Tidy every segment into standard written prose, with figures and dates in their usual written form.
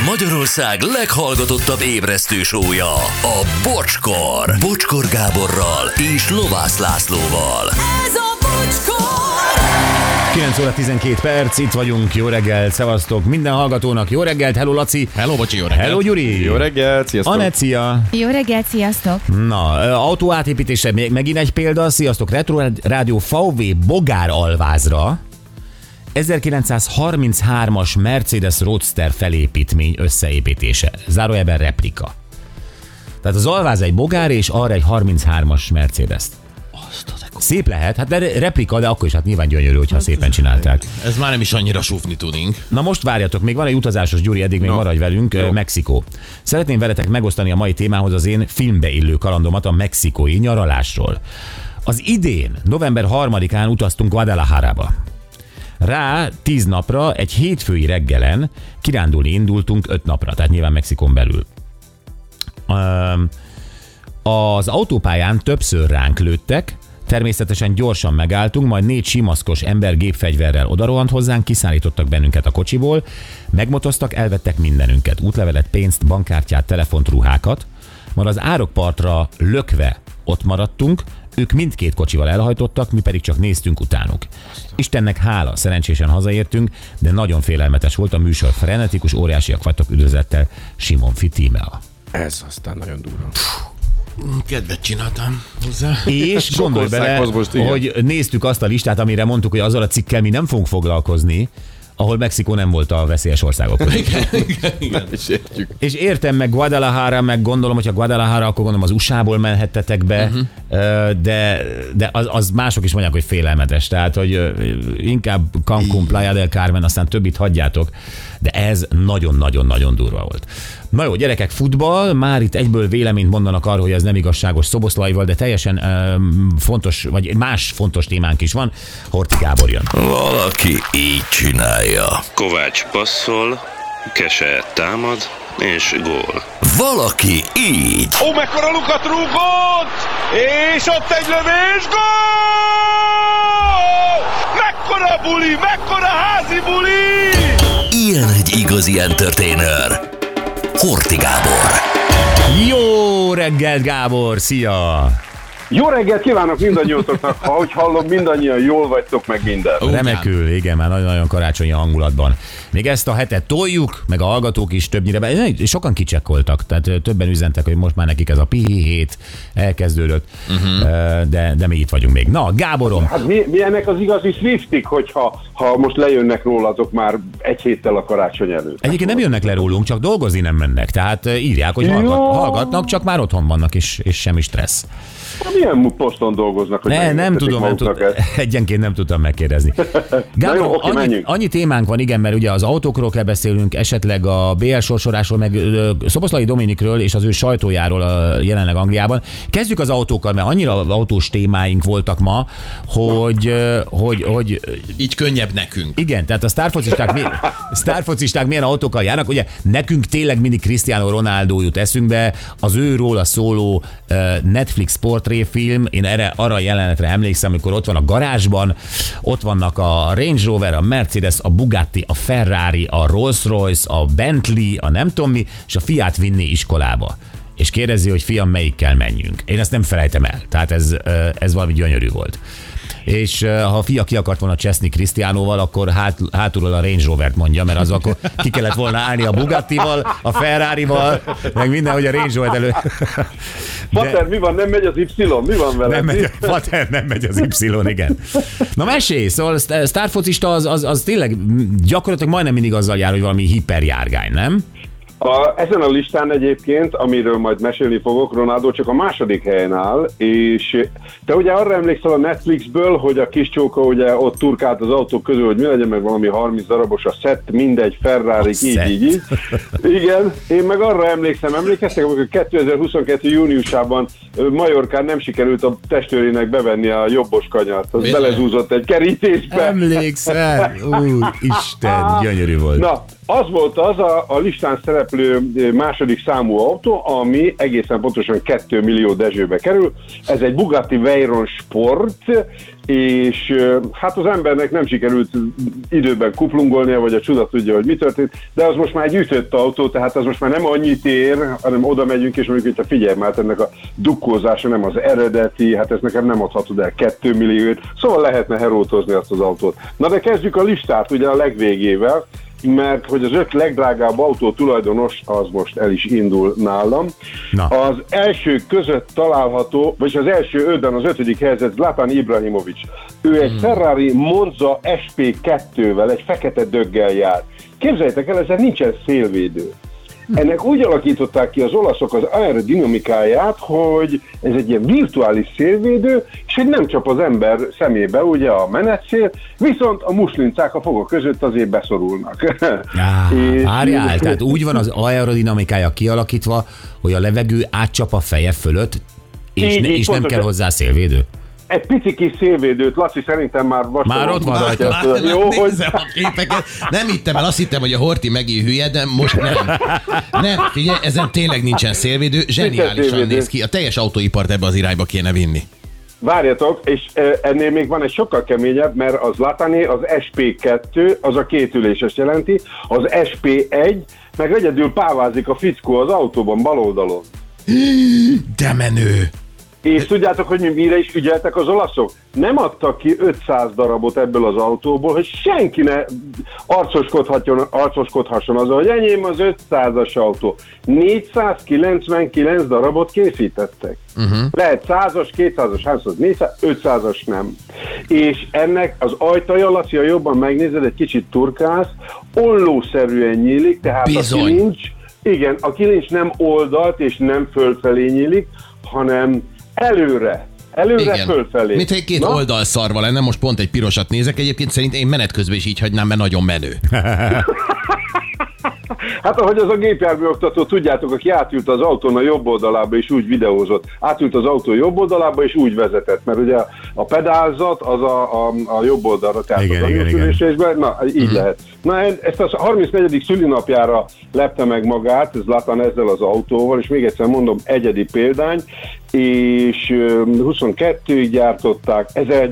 Magyarország leghallgatottabb ébresztő show-ja, a Bocskor. Bocskor Gáborral és Lovász Lászlóval. Ez a Bocskor! 9 óra 12 perc, itt vagyunk, jó reggelt, szevasztok minden hallgatónak, jó reggelt, hello Laci. Hello, bocsi, jó reggelt. Hello Gyuri. Jó reggelt, sziasztok. Anett, szia. Jó reggelt, sziasztok! Na, autóátépítése, megint egy példa, sziasztok, Retro Rádió VW Bogár alvázra 1933-as Mercedes Roadster felépítmény összeépítése, zárójelben replika. Tehát az alváz egy Bogár, és arra egy 33-as Mercedes-t. Szép lehet, hát de replika, de akkor is hát nyilván gyönyörű, hogyha szépen csinálták. Ez már nem is annyira súfni tudunk. Na most várjatok, még van egy utazásos, Gyuri, eddig még maradj velünk, Mexikó. Szeretném veletek megosztani a mai témához az én filmbe illő kalandomat a mexikói nyaralásról. Az idén, november 3-án utaztunk Guadalajarába. Rá 10 napra, egy hétfői reggelen kirándulni indultunk 5 napra, tehát nyilván Mexikón belül. Az autópályán többször ránk lőttek, természetesen gyorsan megálltunk, majd 4 simaszkos ember gépfegyverrel odarohant hozzánk, kiszállítottak bennünket a kocsiból, megmotoztak, elvettek mindenünket, útlevelet, pénzt, bankkártyát, telefont, ruhákat, majd az árokpartra lökve ott maradtunk, ők mindkét kocsival elhajtottak, mi pedig csak néztünk utánuk. Istennek hála, szerencsésen hazaértünk, de nagyon félelmetes volt a műsor, frenetikus, óriásiak vagytok, üdvözlettel, Simon Fitimea. Ez aztán nagyon durva. Kedvet csináltam hozzá. És gondolj bele, hogy néztük azt a listát, amire mondtuk, hogy azzal a cikkel mi nem fogunk foglalkozni, ahol Mexikó nem volt a veszélyes országok között. Igen. És értem meg Guadalajara, meg gondolom, hogyha Guadalajara, akkor gondolom az USA-ból menhettetek be, de az mások is mondják, hogy félelmetes. Tehát, hogy inkább Cancún, Playa del Carmen, aztán többit hagyjátok, de ez nagyon-nagyon-nagyon durva volt. Na jó, gyerekek, futball, már itt egyből véleményt mondanak arról, hogy ez nem igazságos Szoboszlaival, de teljesen fontos, vagy más fontos témánk is van. Horthy Gábor jön. Valaki így csinálja. Kovács passzol, Kese támad, és gól. Valaki így. Ó, mekkora lukat rúgott! És ott egy lövés, gól! Mekkora buli, mekkora házi buli! Ilyen egy igazi entertainer. Horthy Gábor. Jó reggelt, Gábor, szia! Jó reggelt kívánok mindannyiótoknak, ahogy hallom, mindannyian jól vagytok meg minden. Remekül, igen, már nagyon-nagyon karácsonyi hangulatban. Még ezt a hetet toljuk, meg a hallgatók is többnyire, sokan kicsekkoltak, tehát többen üzentek, hogy most már nekik ez a pihi hét elkezdődött, de mi itt vagyunk még. Na, Gáborom! Hát mi ennek az igazi Swiftik, hogyha most lejönnek rólatok már egy héttel a karácsony előtt? Egyébként nem jönnek le rólunk, csak dolgozni nem mennek, tehát írják, hogy hallgatnak, csak már otthon vannak, és semmi stressz. Milyen poszton dolgoznak? Hogy nem tudom, egyenként nem tudtam megkérdezni. Gábor, annyi témánk van, igen, mert ugye az autókról kell beszélünk, esetleg a BL sorsolásról, meg Szoboszlai Dominikről és az ő sajtójáról jelenleg Angliában. Kezdjük az autókkal, mert annyira autós témáink voltak ma, hogy így könnyebb nekünk. Igen, tehát a sztárfocisták milyen autókkal járnak, ugye nekünk tényleg mindig Cristiano Ronaldo jut eszünkbe, az őról a szóló Netflix portréfilm, én arra a jelenetre emlékszem, amikor ott van a garázsban, ott vannak a Range Rover, a Mercedes, a Bugatti, a Ferrari, a Rolls-Royce, a Bentley, a nem tudom mi, és a Fiat vinni iskolába. És kérdezi, hogy fiam, melyikkel menjünk. Én ezt nem felejtem el, tehát ez valami gyönyörű volt. És ha a fia ki akart volna cseszni Cristianóval, akkor hátulról a Range Rovert mondja, mert az akkor ki kellett volna állni a Bugattival, a Ferrarival, meg minden, hogy a Range Rovert elő... Pater, mi van, nem megy az Y? Mi van vele? Pater, nem megy az Y, igen. Na mesélj, szóval sztárfocista az tényleg gyakorlatilag majdnem mindig azzal jár, hogy valami hiperjárgány, nem? Ezen a listán egyébként, amiről majd mesélni fogok, Ronaldo csak a második helyen áll, és te ugye arra emlékszel a Netflixből, hogy a kis csóka ugye ott turkált az autók közül, hogy mi legyen, meg valami 30 darabos a szett, mindegy, Ferrari, így. Igen, én meg arra emlékeztek, amikor 2022. júniusában Majorkán nem sikerült a testőrének bevenni a jobbos kanyart, az belezúzott egy kerítésbe. Emlékszel? Isten, gyönyörű volt. Na, Az volt az a listán szereplő második számú autó, ami egészen pontosan 2 millió dezsőbe kerül. Ez egy Bugatti Veyron Sport, és hát az embernek nem sikerült időben kuplungolnia, vagy a csuda tudja, hogy mi történt, de az most már egy ütött autó, tehát az most már nem annyit ér, hanem oda megyünk, és mondjuk, hogy figyelj már, ennek a dukkózása nem az eredeti, hát ezt nekem nem adhatod el 2 milliót, szóval lehetne herótozni azt az autót. Na de kezdjük a listát ugye a legvégével, mert hogy az 5 legdrágább autó tulajdonos, az most el is indul nálam. Na. Az első között található, vagyis az első 5-ben az 5. helyzet Zlatan Ibrahimović. Ő egy Ferrari Monza SP2-vel, egy fekete döggel jár. Képzeljétek el, ezzel nincsen szélvédő. Ennek úgy alakították ki az olaszok az aerodinamikáját, hogy ez egy ilyen virtuális szélvédő, és hogy nem csap az ember szemébe ugye a menetszél, viszont a muslincák a fogok között azért beszorulnak. Várjál, tehát úgy van az aerodinamikája kialakítva, hogy a levegő átcsap a feje fölött, és, és nem kell hozzá szélvédő. Egy pici kis szélvédőt, Laci, szerintem már Már ott van rajta. Jó, hogy... a képeket. Nem hittem el, azt hittem, hogy a Horti megint hülye, de most nem. Nem, figyelj, ezen tényleg nincsen szélvédő, zseniálisan néz ki. A teljes autóipart ebbe az irányba kéne vinni. Várjatok, és ennél még van egy sokkal keményebb, mert az Zlatané, az SP2, az a kétüléses jelenti, az SP1, meg egyedül pávázik a fickó az autóban, bal oldalon. De menő! És tudjátok, hogy mire is ügyeltek az olaszok? Nem adtak ki 500 darabot ebből az autóból, hogy senki ne arcoskodhasson azzal, hogy enyém az 500-as autó. 499 darabot készítettek. Lehet 100-as, 200-as, 300-as, 400, 500-as nem. És ennek az ajtaja, Laci, ha jobban megnézed, egy kicsit turkász, ollószerűen nyílik, tehát bizony. a kilincs nem oldalt és nem fölfelé nyílik, hanem előre fölfelé. Mint egy két oldalszarva lenne, most pont egy pirosat nézek, egyébként szerintem én menet közben is így hagynám, mert nagyon menő. Hát ahogy az a gépjárműoktató, tudjátok, aki átült az autón a jobb oldalába és úgy videózott, átült az autó jobb oldalába és úgy vezetett, mert ugye a pedálzat az a jobb oldalra, tehát igen. Na, így lehet. Na, ezt a 34. szülinapjára lepte meg magát, Zlatan ezzel az autóval, és még egyszer mondom, egyedi példány, és 22-ig gyártották.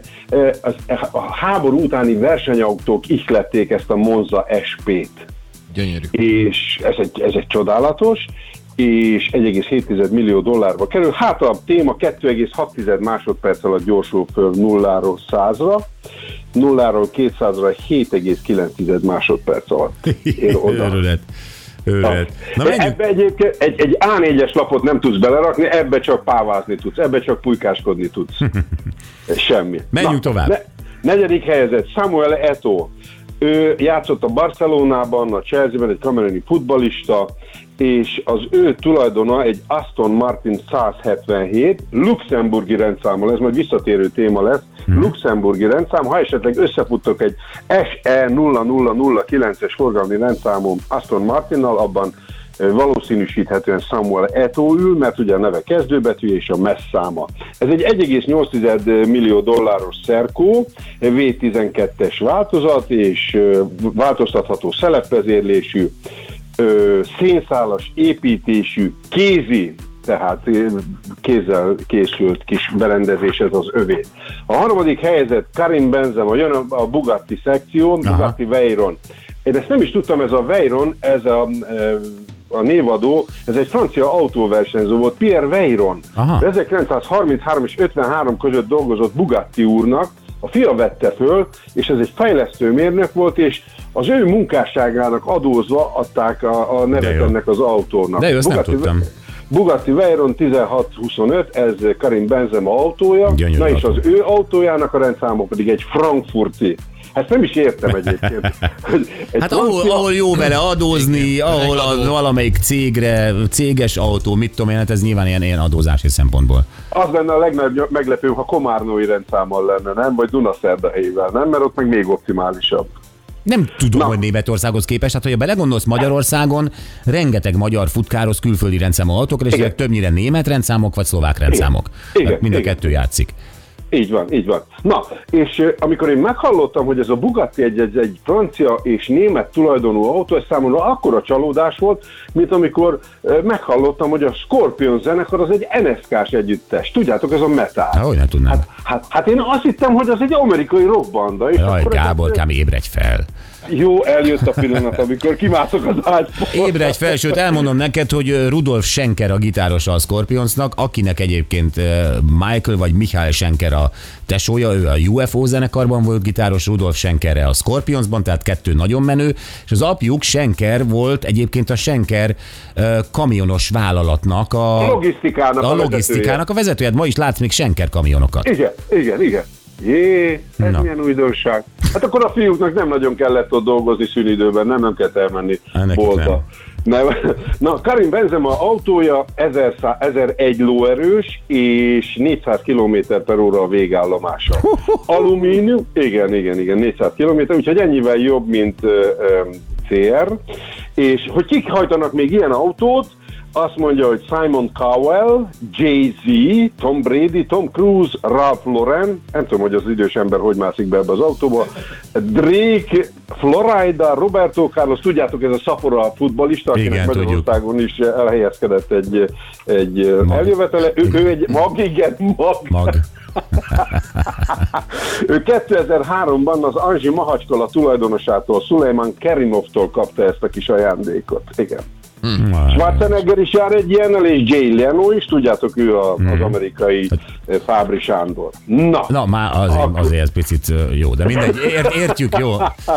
A háború utáni versenyautók ihlették ezt a Monza SP-t. Gyönyörű. És ez egy csodálatos, és 1,7 millió dollárba kerül. Hát a téma 2,6 másodperc alatt gyorsul föl 0-ról 100-ra, 0-ról 200-ra 7,9 másodperc alatt ér oda. Őrület. Ebbe egyébként egy A4-es lapot nem tudsz belerakni, ebbe csak pávázni tudsz, ebbe csak pulykáskodni tudsz. Semmi. Menjünk tovább. Negyedik helyzet, Samuel Eto'o. Ő játszott a Barcelonában, a Chelsea-ben, egy kameruni futballista, és az ő tulajdona egy Aston Martin 177 luxemburgi rendszámmal, ez majd visszatérő téma lesz, luxemburgi rendszám, ha esetleg összefuttok egy SE 0009-es forgalmi rendszámom Aston Martinnal, abban valószínűsíthetően Samuel Eto'o ül, mert ugye a neve kezdőbetű és a messz száma. Ez egy 1,8 millió dolláros Serco, V12-es változat, és változtatható szelepvezérlésű, szénszálas építésű, kézi, tehát kézzel készült kis berendezés, ez az övé. A harmadik helyzet Karim Benzema, jön a Bugatti szekció, Bugatti Veyron. Én ezt nem is tudtam, ez a Veyron, ez a névadó, ez egy francia autóversenyző volt, Pierre Veyron. 1933 és 53 között dolgozott Bugatti úrnak, a fia vette föl, és ez egy fejlesztő mérnök volt, és az ő munkásságának adózva adták a nevet ennek az autónak. De jó, ezt nem tudtam. Bugatti Veyron 1625, ez Karim Benzema autója, Gyönyörű és az ő autójának a rendszáma pedig egy frankfurti. Hát nem is értem egyébként. Hát ahol jó vele adózni, ahol valamelyik céges autó, mit tudom én, hát ez nyilván ilyen adózási szempontból. Az lenne a legnagyobb meglepő, ha komárnói rendszámmal lenne, nem? Vagy Dunaszerdahelyével, nem? Mert ott meg még optimálisabb. Nem tudom, hogy Németországhoz képest, hát hogyha belegondolsz, Magyarországon rengeteg magyar futkároz külföldi rendszámú autókra, és többnyire német rendszámok vagy szlovák rendszámok. Igen. Mind a kettő játszik. Így van, így van. Na, és amikor én meghallottam, hogy ez a Bugatti egy francia és német tulajdonú autó, ez számomra akkora csalódás volt, mint amikor meghallottam, hogy a Scorpion zenekar az egy NSK-s együttes. Tudjátok, ez a metal. Hogy nem tudnám. Hát én azt hittem, hogy az egy amerikai rockbanda. Jaj, Gábor, ébredj fel. Jó, eljött a pillanat, amikor kimászok az ágyból. Ébredj fel, sőt elmondom neked, hogy Rudolf Schenker a gitárosa a Scorpionsnak, akinek egyébként Michael vagy Michael Schenker a tesója, ő a UFO zenekarban volt gitáros, Rudolf Schenkerre a Scorpionsban, tehát kettő nagyon menő, és az apjuk Schenker volt egyébként a Schenker kamionos vállalatnak a logisztikának a vezetője. Ma is látsz még Schenker kamionokat. Igen. Jé, ez milyen újdonság. Hát akkor a fiúknak nem nagyon kellett ott dolgozni szünidőben, nem kellett elmenni boltba. Na, Karim Benzema autója 1001 lóerős és 400 km/h a végállomása. Alumínium, igen, 400 km, úgyhogy ennyivel jobb, mint CR. És hogy kik hajtanak még ilyen autót, azt mondja, hogy Simon Cowell, Jay-Z, Tom Brady, Tom Cruise, Ralph Lauren, nem tudom, hogy az idős ember hogy mászik be ebbe az autóba, Drake, Florida, Roberto Carlos, tudjátok, ez a Szapora futballista, akinek Magyarországon is elhelyezkedett egy eljövetele. Ő egy mag. Ő 2003-ban az Anzsi Mahacskala tulajdonosától, Szulejman Kerimovtól kapta ezt a kis ajándékot. Igen. Schwarzenegger is jár egy ilyennel, és Jay Leno is, tudjátok, ő az amerikai Fábri Sándor. Na már azért ez picit jó, de mindegy, értjük, jó.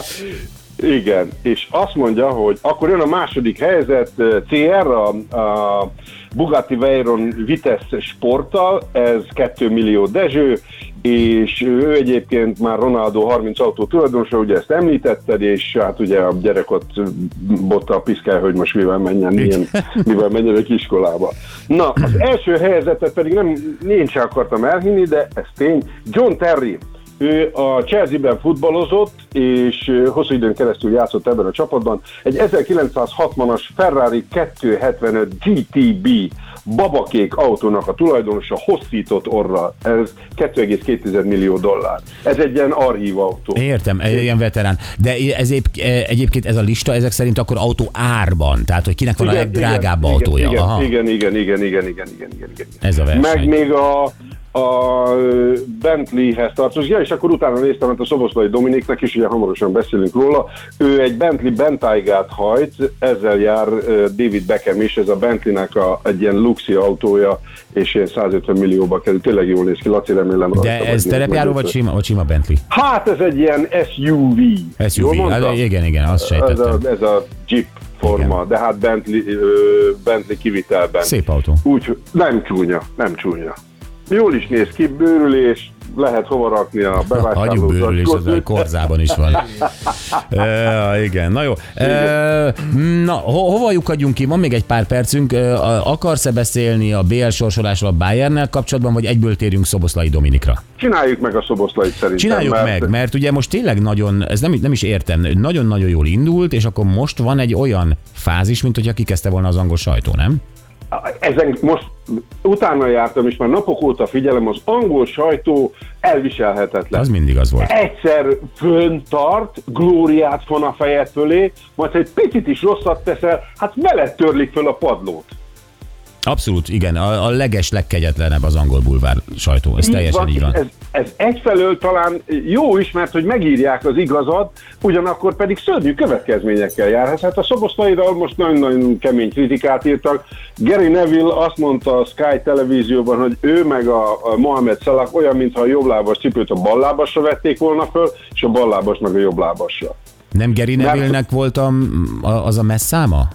Igen, és azt mondja, hogy akkor jön a második helyzet, CR, a Bugatti Veyron Vitesse Sporttal, ez 2 millió Dezső, és ő egyébként már Ronaldo 30 autó tulajdonosa, ugye ezt említetted, és hát ugye a gyerek ott botta a piszkál, hogy most mivel menjen egy iskolába. Na, az első helyzetet pedig én sem akartam elhinni, de ez tény. John Terry, ő a Chelsea-ben futballozott, és hosszú időn keresztül játszott ebben a csapatban. Egy 1960-as Ferrari 275 GTB babakék autónak a tulajdonosa hosszított orral. Ez 2,2 millió dollár. Ez egy ilyen archív autó. Értem, ilyen veterán. De egyébként ez a lista ezek szerint akkor autó árban, tehát hogy kinek van a legdrágább autója. Igen. Ez a verseny. Meg még a Bentleyhez tartozik, és akkor utána néztem, mert a Szoboszlai Dominiknek is, ugye hamarosan beszélünk róla, ő egy Bentley Bentayga-t hajt, ezzel jár David Beckham is, ez a Bentleynek egy ilyen luxi autója, és ilyen 150 millióba kerül, tényleg jól néz ki, Laci, remélem rajta. De ez terepjáró vagy sima Bentley? Hát ez egy ilyen SUV. Igen, azt sejtettem. Ez a Jeep forma, igen. De hát Bentley kivitelben. Szép autó. Úgy, nem csúnya. Jól is néz ki, bőrülés, lehet hova rakni a bevásárlózat. Hagyjuk bőrülés, az a korzában is van. Igen, na jó. Na, hova lyukadjunk ki? Van még egy pár percünk. Akarsz-e beszélni a BL sorsolásról a Bayernnel kapcsolatban, vagy egyből térjünk Szoboszlai Dominikra? Csináljuk meg a Szoboszlait szerintem. Csináljuk meg, mert ugye most tényleg nagyon, ez nem is értem, nagyon-nagyon jól indult, és akkor most van egy olyan fázis, mint hogyha kikezdte volna az angol sajtó, nem? Ezen most utána jártam, és már napok óta figyelem, az angol sajtó elviselhetetlen. Az mindig az volt. Egyszer föntart, glóriát von a fejed fölé, majd ha egy picit is rosszat teszel, hát veled törlik föl a padlót. Abszolút, igen, a legkegyetlenebb az angol bulvár sajtó, ez teljesen így van. Ez egyfelől talán jó is, mert hogy megírják az igazat, ugyanakkor pedig szörnyű következményekkel jár. Hát a Szoboszlairól most nagyon-nagyon kemény kritikát írtak. Gary Neville azt mondta a Sky televízióban, hogy ő meg a Mohamed Salah olyan, mintha a jobblábas cipőt a ballábasra vették volna föl, és a ballábas meg a jobblábasra. Nem Gary Neville-nek volt az a messzáma?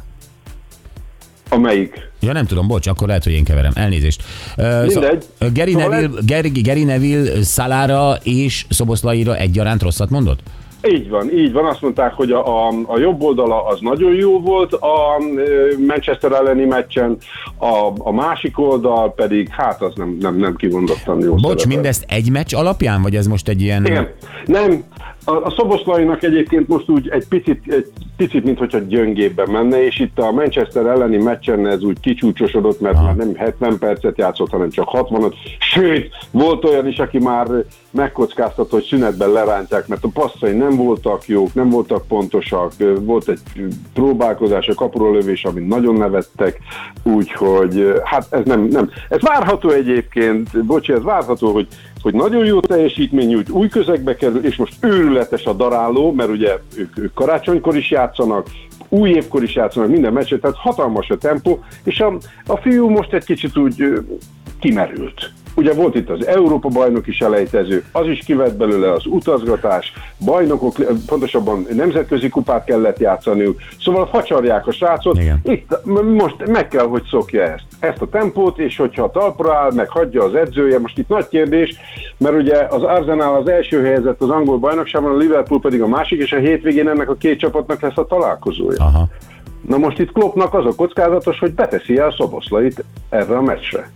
Amelyik? Ja, nem tudom, bocs, akkor lehet, hogy én keverem. Elnézést. Mindegy. Gary Neville Salahra és Szoboszlaira egyaránt rosszat mondott? Így van. Azt mondták, hogy a jobb oldala az nagyon jó volt a Manchester elleni meccsen, a másik oldal pedig, hát az nem kimondottan jó. Bocs, mindezt egy meccs alapján, vagy ez most egy ilyen... Igen. Nem. A Szoboszlainak egyébként most úgy egy picit minthogyha gyöngébben menne, és itt a Manchester elleni meccsen ez úgy kicsúcsosodott, mert már nem 70 percet játszott, hanem csak 60-at. Sőt, volt olyan is, aki már megkockáztatott, hogy szünetben lerántják, mert a passzai nem voltak jók, nem voltak pontosak, volt egy próbálkozás, a kapuról lövés, amit nagyon nevettek, úgyhogy hát ez nem. Ez várható egyébként, ez várható, hogy nagyon jó teljesítmény, úgy új közegbe kerül, és most őrületes a daráló, mert ugye ők karácsonykor is játszanak, új évkor is játszanak minden meccset, tehát hatalmas a tempó, és a fiú most egy kicsit úgy kimerült. Ugye volt itt az Európa-bajnoki selejtező, az is kivett belőle az utazgatás, bajnokok, pontosabban nemzetközi kupát kellett játszaniuk, szóval facsarják a srácot. Igen. Itt most meg kell, hogy szokja ezt a tempót, és hogyha talpra áll, meg hagyja az edzője, most itt nagy kérdés, mert ugye az Arsenal az első helyezett az angol bajnokságban, a Liverpool pedig a másik, és a hétvégén ennek a két csapatnak lesz a találkozója. Aha. Na most itt Kloppnak az a kockázatos, hogy beteszi el Szoboszlait erre a meccsre.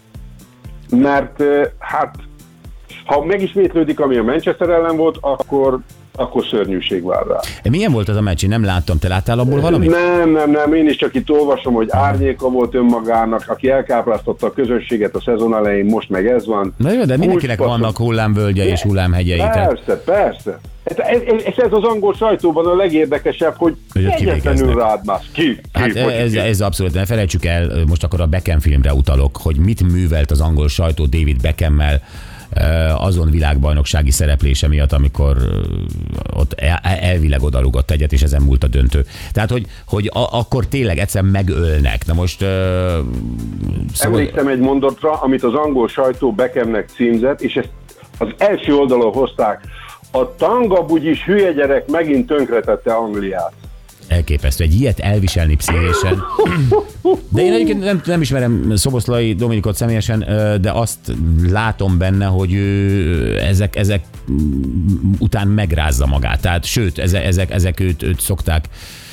Mert hát, ha megismétlődik, ami a Manchester ellen volt, akkor szörnyűség vár rá. Milyen volt az a meccs? Én nem láttam. Te láttál abból valamit? Nem. Én is csak itt olvasom, hogy árnyéka volt önmagának, aki elkápráztatta a közönséget a szezon elején, most meg ez van. Na jó, de mindenkinek vannak hullámvölgye és hullámhegyei. Persze. És ez az angol sajtóban a legérdekesebb, hogy egyetlenül rád más. Ez abszolút, ne felejtsük el, most akkor a Beckham filmre utalok, hogy mit művelt az angol sajtó David Beckham-mel azon világbajnoksági szereplése miatt, amikor ott elvileg odalugott egyet, és ezen múlt a döntő. Tehát, hogy akkor tényleg egyszer megölnek. Na most... Emlékszem egy mondatra, amit az angol sajtó Beckhamnek címzett, és ezt az első oldalon hozták. A tangabugyis hülye gyerek megint tönkretette Angliát. Elképesztő, egy ilyet elviselni pszichésen. De én egyébként nem ismerem Szoboszlai Dominikot személyesen, de azt látom benne, hogy ő ezek után megrázza magát. Tehát sőt, ezek őt szokták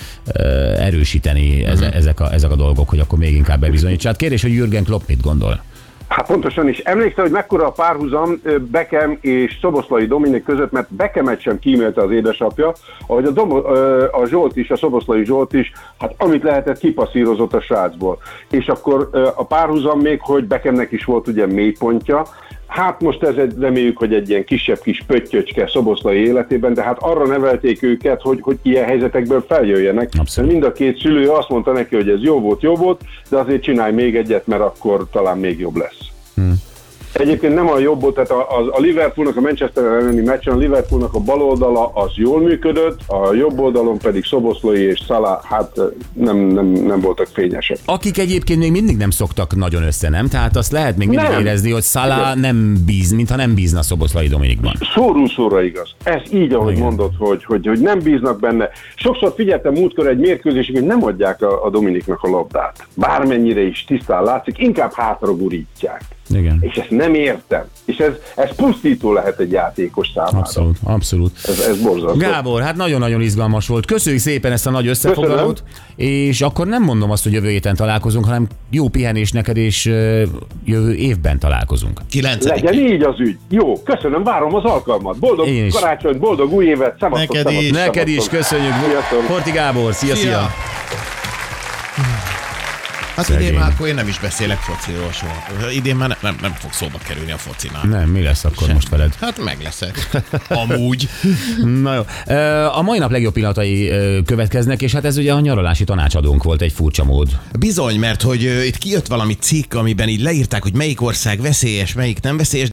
erősíteni, ezek a dolgok, hogy akkor még inkább bebizonyítsa. Hát kérdés, hogy Jürgen Klopp mit gondol? Hát pontosan is. Emlékszel, hogy mekkora a párhuzam Beckham és Szoboszlai Dominik között, mert Beckhamet sem kímélte az édesapja, ahogy a Zsolt is, a Szoboszlai Zsolt is, hát amit lehetett, kipasszírozott a srácból. És akkor a párhuzam még, hogy Beckhamnek is volt ugye mélypontja, hát most reméljük, hogy egy ilyen kisebb kis pöttyöcske Szoboszlai életében, de hát arra nevelték őket, hogy ilyen helyzetekből feljöjjenek. Mind a két szülő azt mondta neki, hogy ez jó volt, de azért csinálj még egyet, mert akkor talán még jobb lesz. Egyébként nem a jobb volt, tehát a Liverpoolnak, a Manchester elleni meccsen a Liverpoolnak a bal oldala az jól működött, a jobb oldalon pedig Szoboszlai és Salah hát nem voltak fényesek. Akik egyébként még mindig nem szoktak nagyon össze, nem? Tehát azt lehet még mindig érezni, hogy Salah nem bíz, mintha nem bízna Szoboszlai Dominikban. Szóró szóra igaz. Ez így, ahogy mondod, hogy nem bíznak benne. Sokszor figyeltem múltkor egy mérkőzésig, hogy nem adják a Dominiknak a labdát. Bármennyire is tisztán látszik, inkább hátra gurítják. Igen. És ezt nem értem. És ez pusztító lehet egy játékos számára. Abszolút. Ez borzasztó. Gábor, hát nagyon-nagyon izgalmas volt. Köszönjük szépen ezt a nagy összefoglalót, és akkor nem mondom azt, hogy jövő héten találkozunk, hanem jó pihenés neked, és jövő évben találkozunk. 9. Legyen így az ügy. Jó, köszönöm, várom az alkalmat. Boldog karácsonyt, boldog új évet. Neked is, köszönjük. Horthy Gábor, szia. Hát idén már akkor én nem is beszélek fociról soha. Idén már nem fog szóba kerülni a focinál. Nem, mi lesz akkor most veled? Hát meg leszek. Amúgy. Na jó. A mai nap legjobb pillanatai következnek, és hát ez ugye a nyaralási tanácsadónk volt egy furcsa mód. Bizony, mert hogy itt kijött valami cikk, amiben így leírták, hogy melyik ország veszélyes, melyik nem veszélyes,